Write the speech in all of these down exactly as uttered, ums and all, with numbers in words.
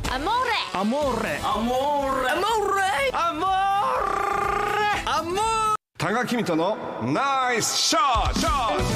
アモーレアモーレアモーレアモーレアモーレアモーレ多賀君とのナイスショット。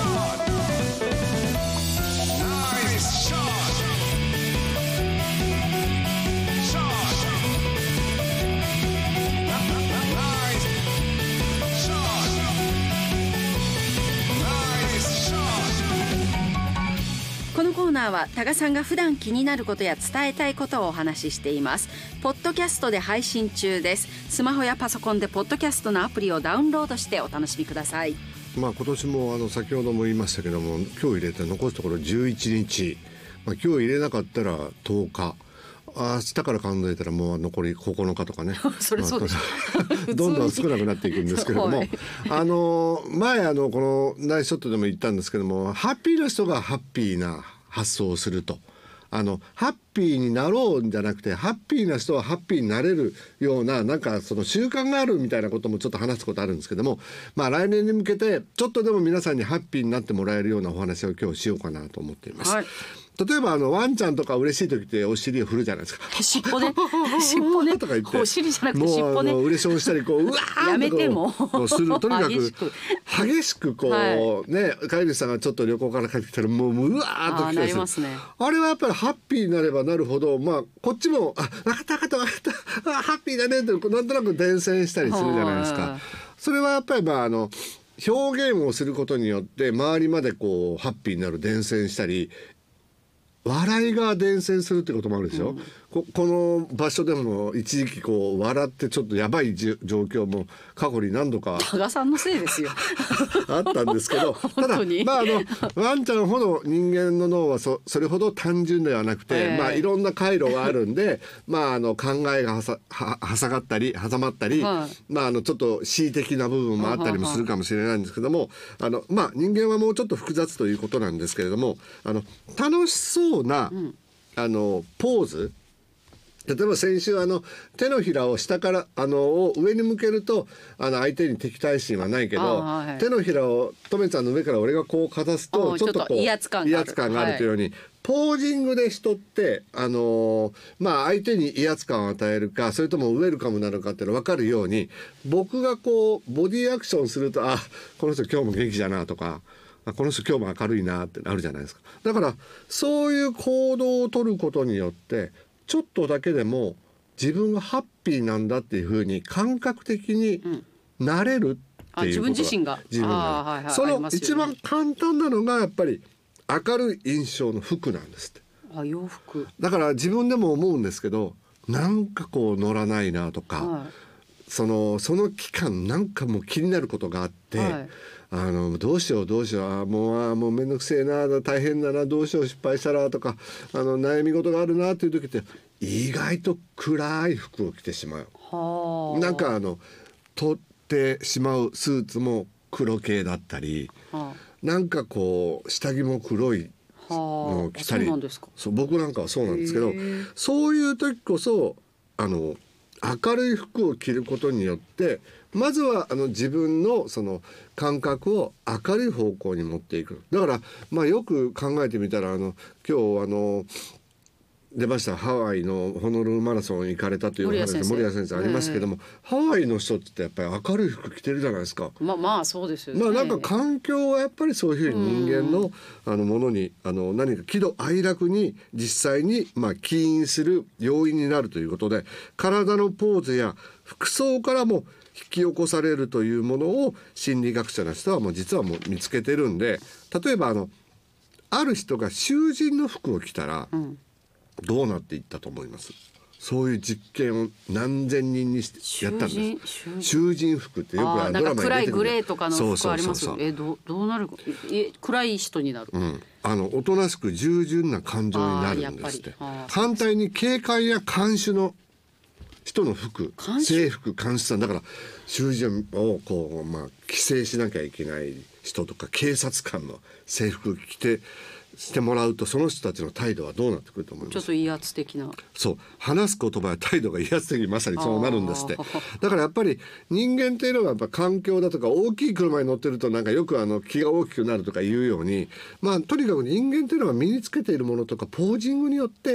このコーナーは多賀さんが普段気になることや伝えたいことをお話ししています。ポッドキャストで配信中です。スマホやパソコンでポッドキャストのアプリをダウンロードしてお楽しみください。 まあ、今年もあの先ほども言いましたけども、今日入れて残すところじゅういちにち、まあ、今日入れなかったらとおか、明日から考えたらもう残りここのかとかねそれそうですどんどん少なくなっていくんですけれども、はい、あの前あのこのナイスショットでも言ったんですけども、ハッピーな人がハッピーな発想をすると、あのハッピーになろうんじゃなくて、ハッピーな人はハッピーになれるような、なんかその習慣があるみたいなこともちょっと話すことあるんですけども、まあ来年に向けてちょっとでも皆さんにハッピーになってもらえるようなお話を今日しようかなと思っています、はい。例えばあのワンちゃんとか嬉しい時ってお尻を振るじゃないですか。 尻尾ね尻尾ねとか言って、お尻じゃなくて尻尾ね、 もう嬉しそうしたりこううわーやめてもうする、とにかく激しく激しくこう、はい、ね、飼い主さんがちょっと旅行から帰ってきたらもううわーっと来たりする。 あ, す、ね、あれはやっぱりハッピーになればなるほど、まあこっちもあ分かった分かった分かったあハッピーだねってなんとなく伝染したりするじゃないですか。それはやっぱりまああの表現をすることによって周りまでこうハッピーになる、伝染したり、笑いが伝染するってこともあるでしょ、うん、こ, この場所でも一時期こう笑ってちょっとやばい状況も過去に何度か多賀さんのせいですよあったんですけどただ、まあ、あのワンちゃんほど人間の脳は そ, それほど単純ではなくて、えーまあ、いろんな回路があるんでまああの考えがはさは挟がったり挟まったり、はい、まあ、あのちょっと恣意的な部分もあったりもするかもしれないんですけども、あの、まあ、人間はもうちょっと複雑ということなんですけれども、あの楽しそうな、うん、あのポーズ、例えば先週あの手のひらを下からあのを上に向けるとあの相手に敵対心はないけど、はい、手のひらをとめちゃんの上から俺がこうかざすとちょっとこう威圧感がある、感があるというように、はい、ポージングで人ってあのー、まあ相手に威圧感を与えるかそれともウェルカムなのかっていうのが分かるように、僕がこうボディアクションすると、あこの人今日も元気じゃなとか、この人今日も明るいなってなるじゃないですか。だからそういう行動を取ることによってちょっとだけでも自分がハッピーなんだっていうふうに感覚的になれるっていうことが、うん、自分自身が自分が、はいはい、その一番簡単なのがやっぱり明るい印象の服なんですって。 あ、洋服だから自分でも思うんですけど、なんかこう乗らないなとか、はい、そのその期間なんかもう気になることがあって、はい、あのどうしようどうしよう、あもうあもうめんどくせえな、大変だな、どうしよう失敗したらとか、あの悩み事があるなっていう時って意外と暗い服を着てしまう。はなんかあの取ってしまうスーツも黒系だったり、はなんかこう下着も黒いのを着たり、そうなんですか。そう、僕なんかはそうなんですけど、そういう時こそあの明るい服を着ることによってまずはあの自分のその感覚を明るい方向に持っていく。だからまあよく考えてみたら、あの今日あの出ましたハワイのホノルルマラソン行かれたというお話で森谷先生ありますけども、ハワイの人ってやっぱり明るい服着てるじゃないですか。 まあまあそうですよね。 まあなんか環境はやっぱりそういうふうに人間のあのものにあの何か喜怒哀楽に実際にまあ起因する要因になるということで、体のポーズや服装からも引き起こされるというものを心理学者の人はもう実はもう見つけてるんで、例えばあのある人が囚人の服を着たら、うんどうなっていったと思います？そういう実験を何千人にしてやったんです。囚人服ってよくあドラマに出てくる。暗いグレーとかの服ありますよ。えどどうなる？え暗い人になる。うん、 あのおとなしく従順な感情になるんですって。反対に警官や看守の人の服、制服、監視さんだから囚人をこうまあ規制しなきゃいけない人とか警察官の制服着て。してもらうとその人たちの態度はどうなってくると思います？ ちょっと威圧的な。 そう話す言葉や態度が威圧的にまさにそうなるんですって。だからやっぱり人間っていうのはやっぱ環境だとか大きい車に乗ってるとなんかよくあの気が大きくなるとかいうように、まあとにかく人間っていうのは身につけているものとかポージングによって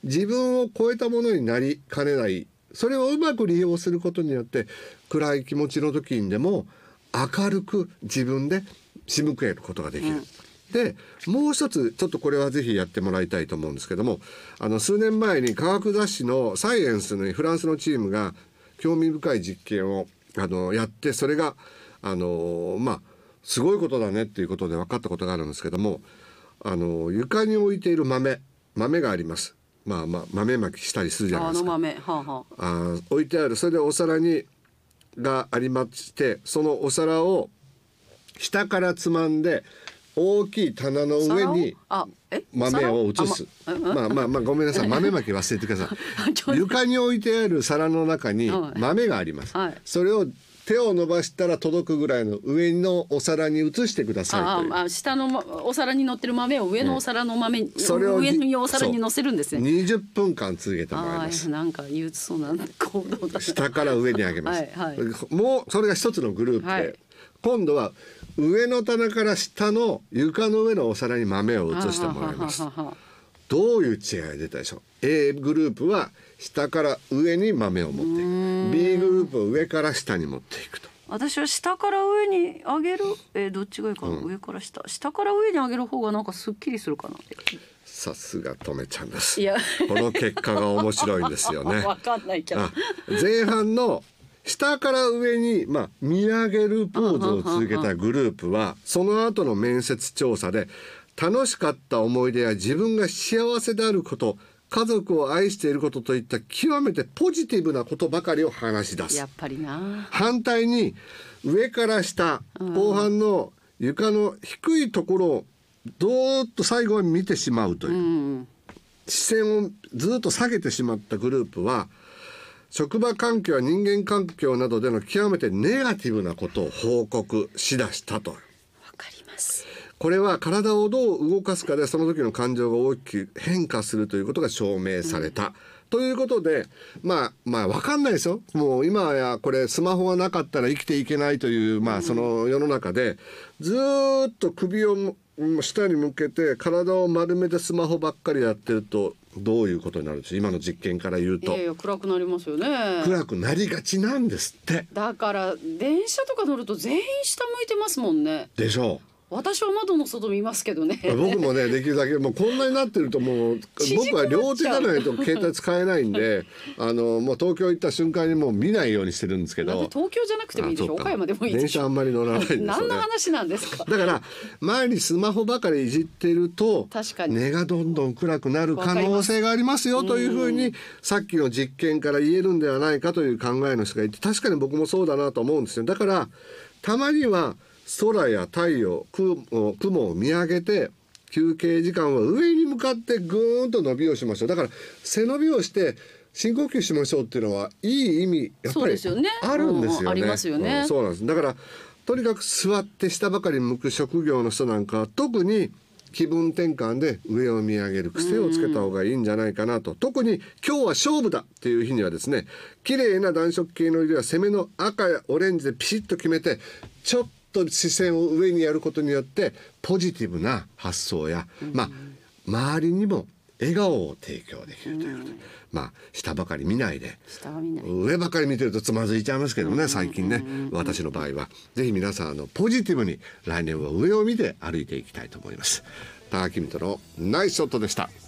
自分を超えたものになりかねない。それをうまく利用することによって暗い気持ちの時にでも明るく自分で仕向けることができる、うん、でもう一つちょっとこれはぜひやってもらいたいと思うんですけども、あの数年前に科学雑誌のサイエンスにフランスのチームが興味深い実験をあのやって、それがあのまあすごいことだねっていうことで分かったことがあるんですけども、あの床に置いている豆豆があります。まあまあ豆まきしたりするじゃないですか。 あの豆、はあはあ、 あ置いてある。それでお皿にがありまして、そのお皿を下からつまんで大きい棚の上に豆を移す。まあまあまあごめんなさい、豆まき忘れてください。床に置いてある皿の中に豆があります、はい、それを手を伸ばしたら届くぐらいの上のお皿に移してくださいという。 ああ、下のお皿に乗ってる豆を上のお皿の豆、うん、それを上のお皿に乗せるんですね。 にじゅっぷんかん続けてもらいます。 なんか憂鬱そうな行動だ。 下から上に上げます、 はいはい、 もうそれが一つのグループで、はい、今度は上の棚から下の床の上のお皿に豆を移してもらいます。はははは。どういう違いが出たでしょう。 A グループは下から上に豆を持っていく、 B グループを上から下に持っていくと。 私は下から上に上げる、えー、どっちがいいかな、うん、上から下下から上に上げる方がなんかすっきりするかな。 さすがとめちゃんです。 いやこの結果が面白いんですよね。 わかんないけど、 前半の下から上に、まあ、見上げるポーズを続けたグループはその後の面接調査で楽しかった思い出や自分が幸せであること、家族を愛していることといった極めてポジティブなことばかりを話し出す。 やっぱりな。 反対に上から下、後半の床の低いところをどーっと最後は見てしまうという、うん、視線をずっと下げてしまったグループは職場環境や人間環境などでの極めてネガティブなことを報告しだしたと。 わかります。 これは体をどう動かすかでその時の感情が大きく変化するということが証明された、うん、ということでまあまあ分かんないですよ。もう今やこれスマホがなかったら生きていけないという、まあ、その世の中でずっと首を下に向けて体を丸めてスマホばっかりやってるとどういうことになるんです。今の実験から言うと。 いやいや暗くなりますよね。 暗くなりがちなんですって。 だから電車とか乗ると全員下向いてますもんね。 でしょう。 私は窓の外見ますけどね。 僕もねできるだけもうこんなになってるともう僕は両手じゃないと携帯使えないんであのもう東京行った瞬間にもう見ないようにしてるんですけど。 東京じゃなくてもいいでしょ。岡山でもいいでしょ。 電車あんまり乗らないんですよね。 何の話なんですか。 だから前にスマホばかりいじってると確かに根がどんどん暗くなる可能性がありますよというふうにさっきの実験から言えるんではないかという考えの人がいて、確かに僕もそうだなと思うんですよ。だからたまには空や太陽、雲を見上げて休憩時間は上に向かってぐーんと伸びをしましょう。だから背伸びをして深呼吸しましょうっていうのはいい意味やっぱりあるんですよね。 うん、ありますよね、 うん、そうなんです。だからとにかく座って下ばかり向く職業の人なんかは特に気分転換で上を見上げる癖をつけた方がいいんじゃないかなと、うん、特に今日は勝負だっていう日にはですね、綺麗な暖色系の色や攻めの赤やオレンジでピシッと決めてちょっと視線を上にやることによってポジティブな発想や、うん、まあ周りにも笑顔を提供できるということで、うん、まあ下ばかり見ないで下は見ない上ばかり見てるとつまずいちゃいますけどね、最近ね、私の場合はぜひ皆さんあのポジティブに来年は上を見て歩いていきたいと思います。高木美斗のナイスショットでした。